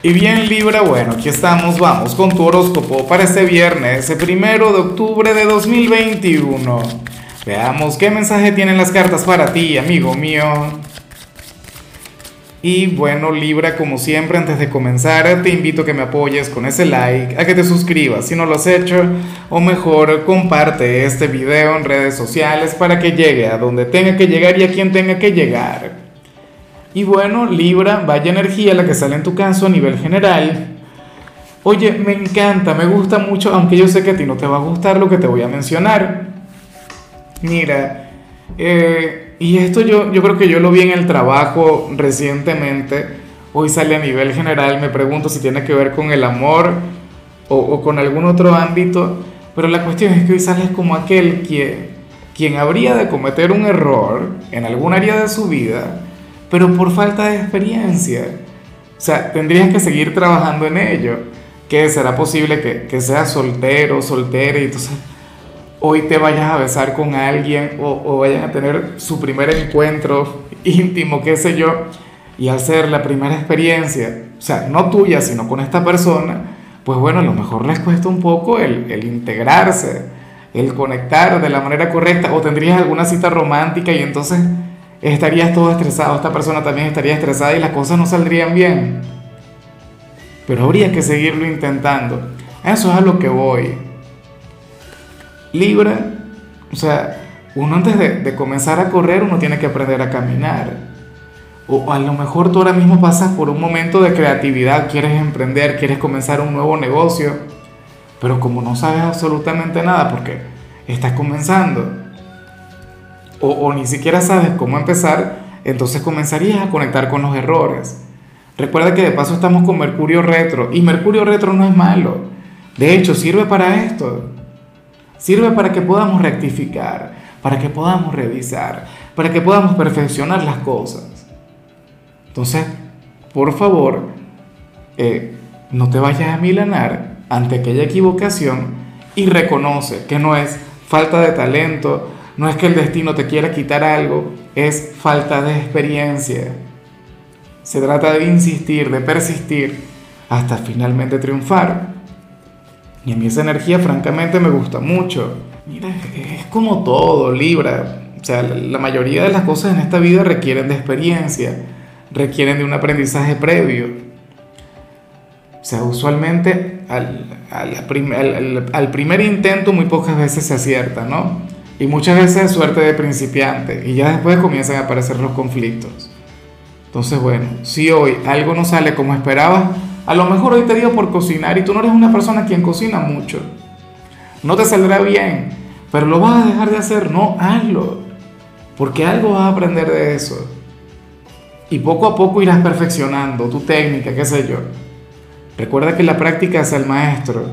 Y bien Libra, bueno, aquí estamos, vamos con tu horóscopo para este viernes, el 1 de octubre de 2021. Veamos qué mensaje tienen las cartas para ti, amigo mío. Y bueno Libra, como siempre, antes de comenzar, te invito a que me apoyes con ese like, a que te suscribas si no lo has hecho, o mejor, comparte este video en redes sociales para que llegue a donde tenga que llegar y a quien tenga que llegar. Y bueno, Libra, vaya energía la que sale en tu caso a nivel general. Oye, me encanta, me gusta mucho, aunque yo sé que a ti no te va a gustar lo que te voy a mencionar. Mira, y esto yo creo que yo lo vi en el trabajo recientemente. Hoy sale a nivel general, me pregunto si tiene que ver con el amor o con algún otro ámbito. Pero la cuestión es que hoy sales como aquel quien habría de cometer un error en algún área de su vida, pero por falta de experiencia. O sea, tendrías que seguir trabajando en ello. Que será posible que seas soltero, soltera, y entonces hoy te vayas a besar con alguien o vayan a tener su primer encuentro íntimo, qué sé yo, y al ser la primera experiencia, o sea, no tuya, sino con esta persona, pues bueno, a lo mejor les cuesta un poco el integrarse, el conectar de la manera correcta, o tendrías alguna cita romántica y entonces estarías todo estresado, esta persona también estaría estresada y las cosas no saldrían bien. Pero habría que seguirlo intentando. Eso es a lo que voy. Libra, o sea, uno antes de comenzar a correr, uno tiene que aprender a caminar. O a lo mejor tú ahora mismo pasas por un momento de creatividad, quieres emprender, quieres comenzar un nuevo negocio, pero como no sabes absolutamente nada porque estás comenzando, o ni siquiera sabes cómo empezar, entonces comenzarías a conectar con los errores. Recuerda que de paso estamos con Mercurio retro, y Mercurio retro no es malo. De hecho, sirve para esto. Sirve para que podamos rectificar, para que podamos revisar, para que podamos perfeccionar las cosas. Entonces, por favor, no te vayas a milanar ante aquella equivocación y reconoce que no es falta de talento, no es que el destino te quiera quitar algo, es falta de experiencia. Se trata de insistir, de persistir hasta finalmente triunfar. Y a mí esa energía francamente me gusta mucho. Mira, es como todo, Libra. O sea, la mayoría de las cosas en esta vida requieren de experiencia, requieren de un aprendizaje previo. O sea, usualmente al primer intento muy pocas veces se acierta, ¿no? Y muchas veces es suerte de principiante y ya después comienzan a aparecer los conflictos. Entonces, bueno, si hoy algo no sale como esperabas, a lo mejor hoy te dio por cocinar y tú no eres una persona quien cocina mucho. No te saldrá bien, pero lo vas a dejar de hacer, no, hazlo. Porque algo vas a aprender de eso. Y poco a poco irás perfeccionando tu técnica, qué sé yo. Recuerda que la práctica es el maestro.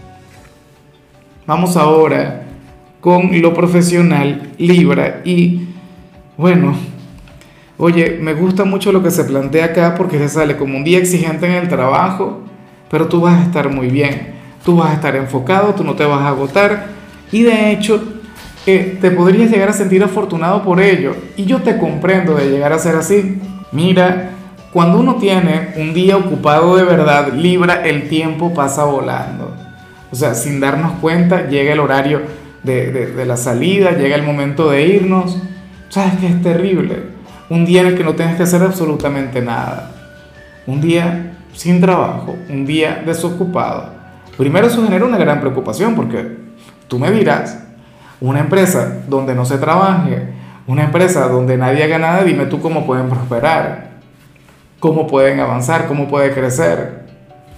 Vamos ahora con lo profesional, Libra. Y bueno, oye, me gusta mucho lo que se plantea acá porque se sale como un día exigente en el trabajo, pero tú vas a estar muy bien, tú vas a estar enfocado, tú no te vas a agotar y de hecho te podrías llegar a sentir afortunado por ello y yo te comprendo de llegar a ser así. Mira, cuando uno tiene un día ocupado de verdad, Libra, el tiempo pasa volando. O sea, sin darnos cuenta llega el horario de la salida, llega el momento de irnos. ¿Sabes qué es terrible? Un día en el que no tengas que hacer absolutamente nada. Un día sin trabajo, un día desocupado. Primero eso genera una gran preocupación porque tú me dirás, una empresa donde no se trabaje, una empresa donde nadie haga nada, dime tú cómo pueden prosperar, cómo pueden avanzar, cómo puede crecer.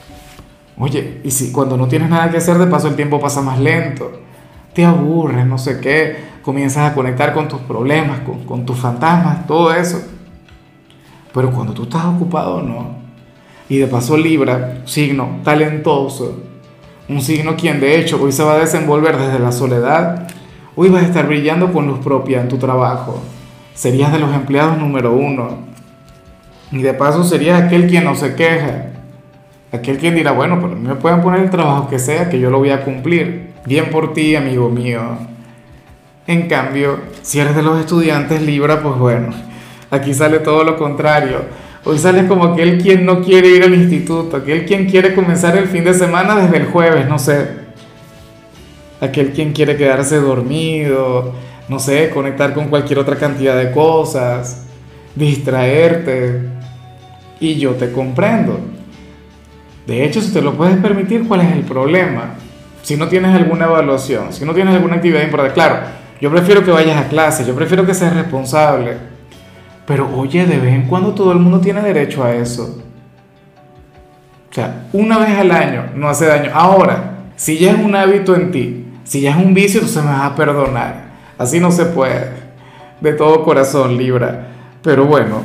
Oye, y si cuando no tienes nada que hacer, de paso el tiempo pasa más lento, te aburres, no sé qué, comienzas a conectar con tus problemas, con tus fantasmas, todo eso. Pero cuando tú estás ocupado, no. Y de paso Libra, signo talentoso, un signo quien de hecho hoy se va a desenvolver desde la soledad, hoy vas a estar brillando con luz propia en tu trabajo. Serías de los empleados número uno. Y de paso serías aquel quien no se queja, aquel quien dirá, bueno, pero a mí me pueden poner el trabajo que sea, que yo lo voy a cumplir. Bien por ti, amigo mío. En cambio, si eres de los estudiantes Libra, pues bueno, aquí sale todo lo contrario. Hoy sales como aquel quien no quiere ir al instituto, aquel quien quiere comenzar el fin de semana desde el jueves, no sé. Aquel quien quiere quedarse dormido, no sé, conectar con cualquier otra cantidad de cosas, distraerte. Y yo te comprendo. De hecho, si te lo puedes permitir, ¿cuál es el problema? Si no tienes alguna evaluación, si no tienes alguna actividad importante, claro, yo prefiero que vayas a clase, yo prefiero que seas responsable. Pero oye, de vez en cuando todo el mundo tiene derecho a eso. O sea, una vez al año no hace daño. Ahora, si ya es un hábito en ti, si ya es un vicio, entonces me vas a perdonar. Así no se puede. De todo corazón, Libra. Pero bueno,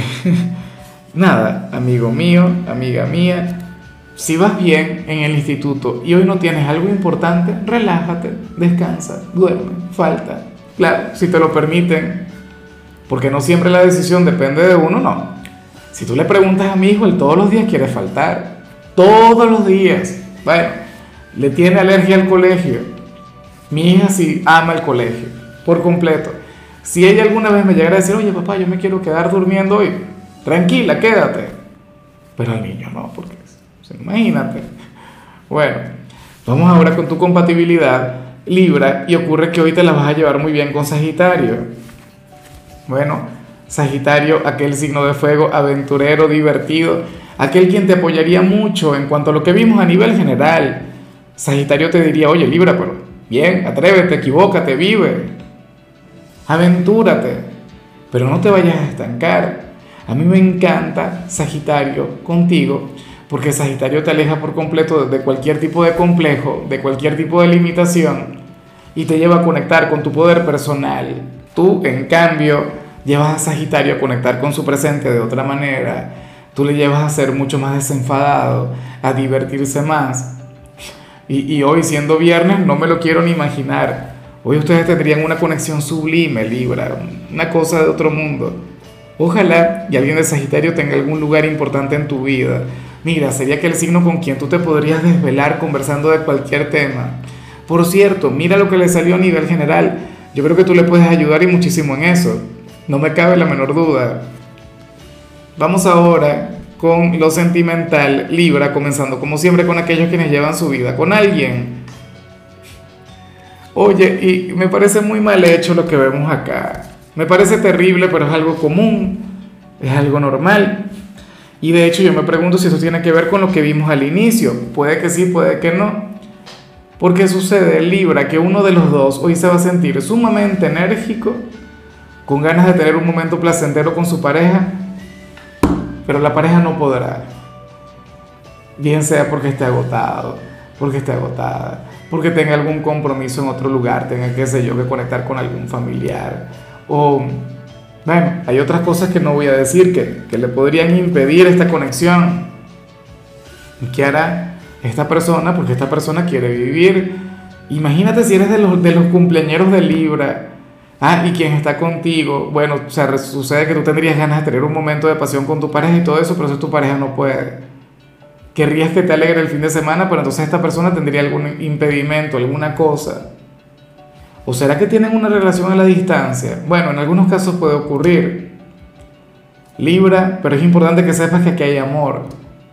nada, amigo mío, amiga mía. Si vas bien en el instituto y hoy no tienes algo importante, relájate, descansa, duerme, falta. Claro, si te lo permiten, porque no siempre la decisión depende de uno, no. Si tú le preguntas a mi hijo, él todos los días quiere faltar. Todos los días. Bueno, le tiene alergia al colegio. Mi hija sí ama el colegio, por completo. Si ella alguna vez me llegara a decir, oye papá, yo me quiero quedar durmiendo hoy, tranquila, quédate. Pero al niño no, porque imagínate. Bueno, vamos ahora con tu compatibilidad, Libra, y ocurre que hoy te la vas a llevar muy bien con Sagitario. Bueno, Sagitario, aquel signo de fuego, aventurero, divertido, aquel quien te apoyaría mucho en cuanto a lo que vimos a nivel general. Sagitario te diría, oye Libra, pero bien, atrévete, equivócate, vive, aventúrate, pero no te vayas a estancar. A mí me encanta Sagitario contigo, porque Sagitario te aleja por completo de cualquier tipo de complejo, de cualquier tipo de limitación, y te lleva a conectar con tu poder personal. Tú, en cambio, llevas a Sagitario a conectar con su presente de otra manera. Tú le llevas a ser mucho más desenfadado, a divertirse más. Y hoy, siendo viernes, no me lo quiero ni imaginar. Hoy ustedes tendrían una conexión sublime, Libra, una cosa de otro mundo. Ojalá y alguien de Sagitario tenga algún lugar importante en tu vida. Mira, sería aquel signo con quien tú te podrías desvelar conversando de cualquier tema. Por cierto, mira lo que le salió a nivel general. Yo creo que tú le puedes ayudar y muchísimo en eso. No me cabe la menor duda. Vamos ahora con lo sentimental, Libra, comenzando como siempre con aquellos quienes llevan su vida con alguien. Oye, y me parece muy mal hecho lo que vemos acá. Me parece terrible, pero es algo común, es algo normal. Y de hecho yo me pregunto si eso tiene que ver con lo que vimos al inicio. Puede que sí, puede que no. Porque sucede, Libra, que uno de los dos hoy se va a sentir sumamente enérgico, con ganas de tener un momento placentero con su pareja, pero la pareja no podrá. Bien sea porque esté agotado, porque esté agotada, porque tenga algún compromiso en otro lugar, tenga, qué sé yo, que conectar con algún familiar. O, bueno, hay otras cosas que no voy a decir que le podrían impedir esta conexión. ¿Y qué hará esta persona? Porque esta persona quiere vivir. Imagínate si eres de los cumpleañeros de Libra. Ah, y quien está contigo, bueno, o sea, sucede que tú tendrías ganas de tener un momento de pasión con tu pareja y todo eso, pero eso tu pareja no puede. Querrías que te alegre el fin de semana, pero entonces esta persona tendría algún impedimento, alguna cosa. ¿O será que tienen una relación a la distancia? Bueno, en algunos casos puede ocurrir, Libra, pero es importante que sepas que aquí hay amor.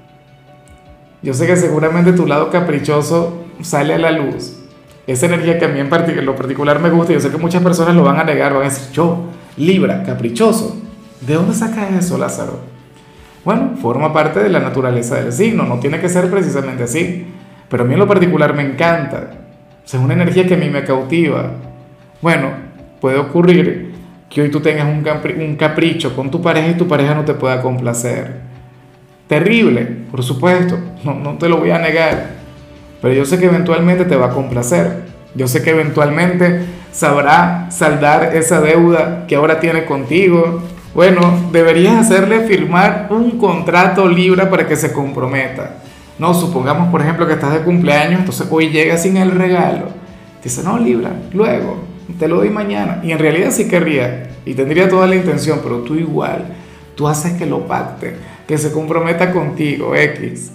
Yo sé que seguramente tu lado caprichoso sale a la luz. Esa energía que a mí en lo particular me gusta, y yo sé que muchas personas lo van a negar, van a decir, yo, Libra, caprichoso. ¿De dónde sacas eso, Lázaro? Bueno, forma parte de la naturaleza del signo, no tiene que ser precisamente así. Pero a mí en lo particular me encanta. O sea, es una energía que a mí me cautiva. Bueno, puede ocurrir que hoy tú tengas un capricho con tu pareja y tu pareja no te pueda complacer. Terrible, por supuesto, no te lo voy a negar. Pero yo sé que eventualmente te va a complacer. Yo sé que eventualmente sabrá saldar esa deuda que ahora tiene contigo. Bueno, deberías hacerle firmar un contrato, Libra, para que se comprometa. No, supongamos, por ejemplo, que estás de cumpleaños, entonces hoy llega sin el regalo. Dice, no, Libra, luego, te lo doy mañana. Y en realidad sí querría, y tendría toda la intención, pero tú igual, tú haces que lo pacte, que se comprometa contigo, X.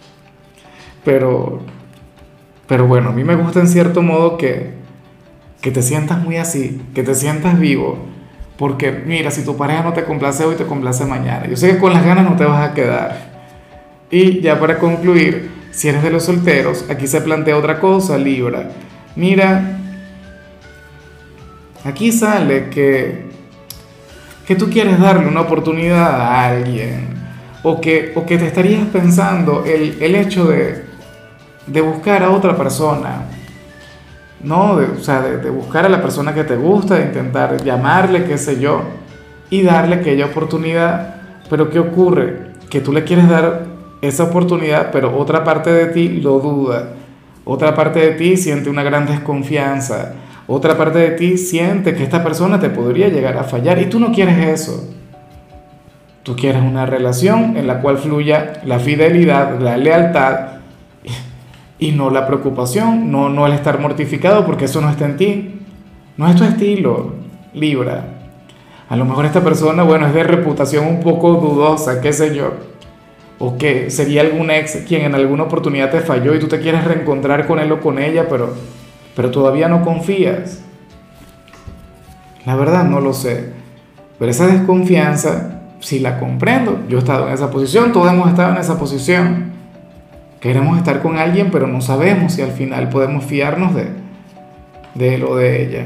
Pero bueno, a mí me gusta en cierto modo que te sientas muy así, que te sientas vivo, Porque mira, si tu pareja no te complace hoy, te complace mañana. Yo sé que con las ganas no te vas a quedar. Y ya para concluir, si eres de los solteros, aquí se plantea otra cosa, Libra. Mira, aquí sale que tú quieres darle una oportunidad a alguien, o que te estarías pensando el hecho de buscar a otra persona, ¿no? O sea, de buscar a la persona que te gusta, de intentar llamarle, qué sé yo, y darle aquella oportunidad. Pero ¿qué ocurre? Que tú le quieres dar esa oportunidad, pero otra parte de ti lo duda. Otra parte de ti siente una gran desconfianza. Otra parte de ti siente que esta persona te podría llegar a fallar y tú no quieres eso. Tú quieres una relación en la cual fluya la fidelidad, la lealtad y no la preocupación, no el estar mortificado porque eso no está en ti. No es tu estilo, Libra. A lo mejor esta persona, bueno, es de reputación un poco dudosa, qué sé yo. O que sería algún ex quien en alguna oportunidad te falló y tú te quieres reencontrar con él o con ella, pero todavía no confías. La verdad no lo sé. Pero esa desconfianza, sí la comprendo. Yo he estado en esa posición, todos hemos estado en esa posición. Queremos estar con alguien, pero no sabemos si al final podemos fiarnos de él o de ella.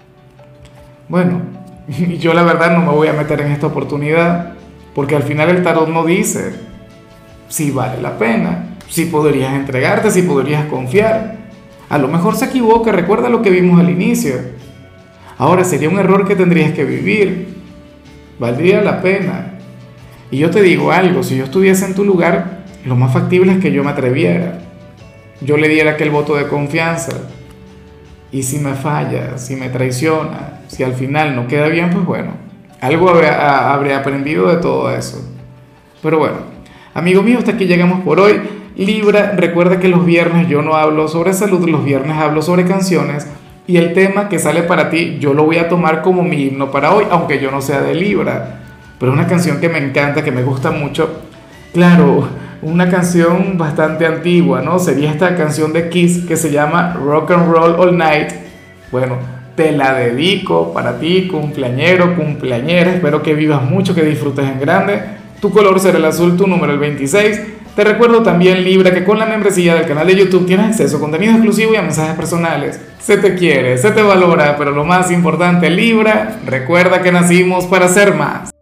Bueno, yo la verdad no me voy a meter en esta oportunidad, porque al final el tarot no dice si vale la pena, si podrías entregarte, si podrías confiar. A lo mejor se equivoca, recuerda lo que vimos al inicio. Ahora sería un error que tendrías que vivir. Valdría la pena. Y yo te digo algo, si yo estuviese en tu lugar, lo más factible es que yo me atreviera. Yo le diera aquel voto de confianza. Y si me falla, si me traiciona, si al final no queda bien, pues bueno, algo habré aprendido de todo eso. Pero bueno, amigo mío, hasta aquí llegamos por hoy. Libra, recuerda que los viernes yo no hablo sobre salud, los viernes hablo sobre canciones. Y el tema que sale para ti, yo lo voy a tomar como mi himno para hoy, aunque yo no sea de Libra. Pero es una canción que me encanta, que me gusta mucho. Claro, una canción bastante antigua, ¿no? Sería esta canción de Kiss que se llama Rock and Roll All Night. Bueno, te la dedico para ti, cumpleañero, cumpleañera. Espero que vivas mucho, que disfrutes en grande. Tu color será el azul, tu número el 26. Te recuerdo también, Libra, que con la membresía del canal de YouTube tienes acceso a contenido exclusivo y a mensajes personales. Se te quiere, se te valora, pero lo más importante, Libra, recuerda que nacimos para ser más.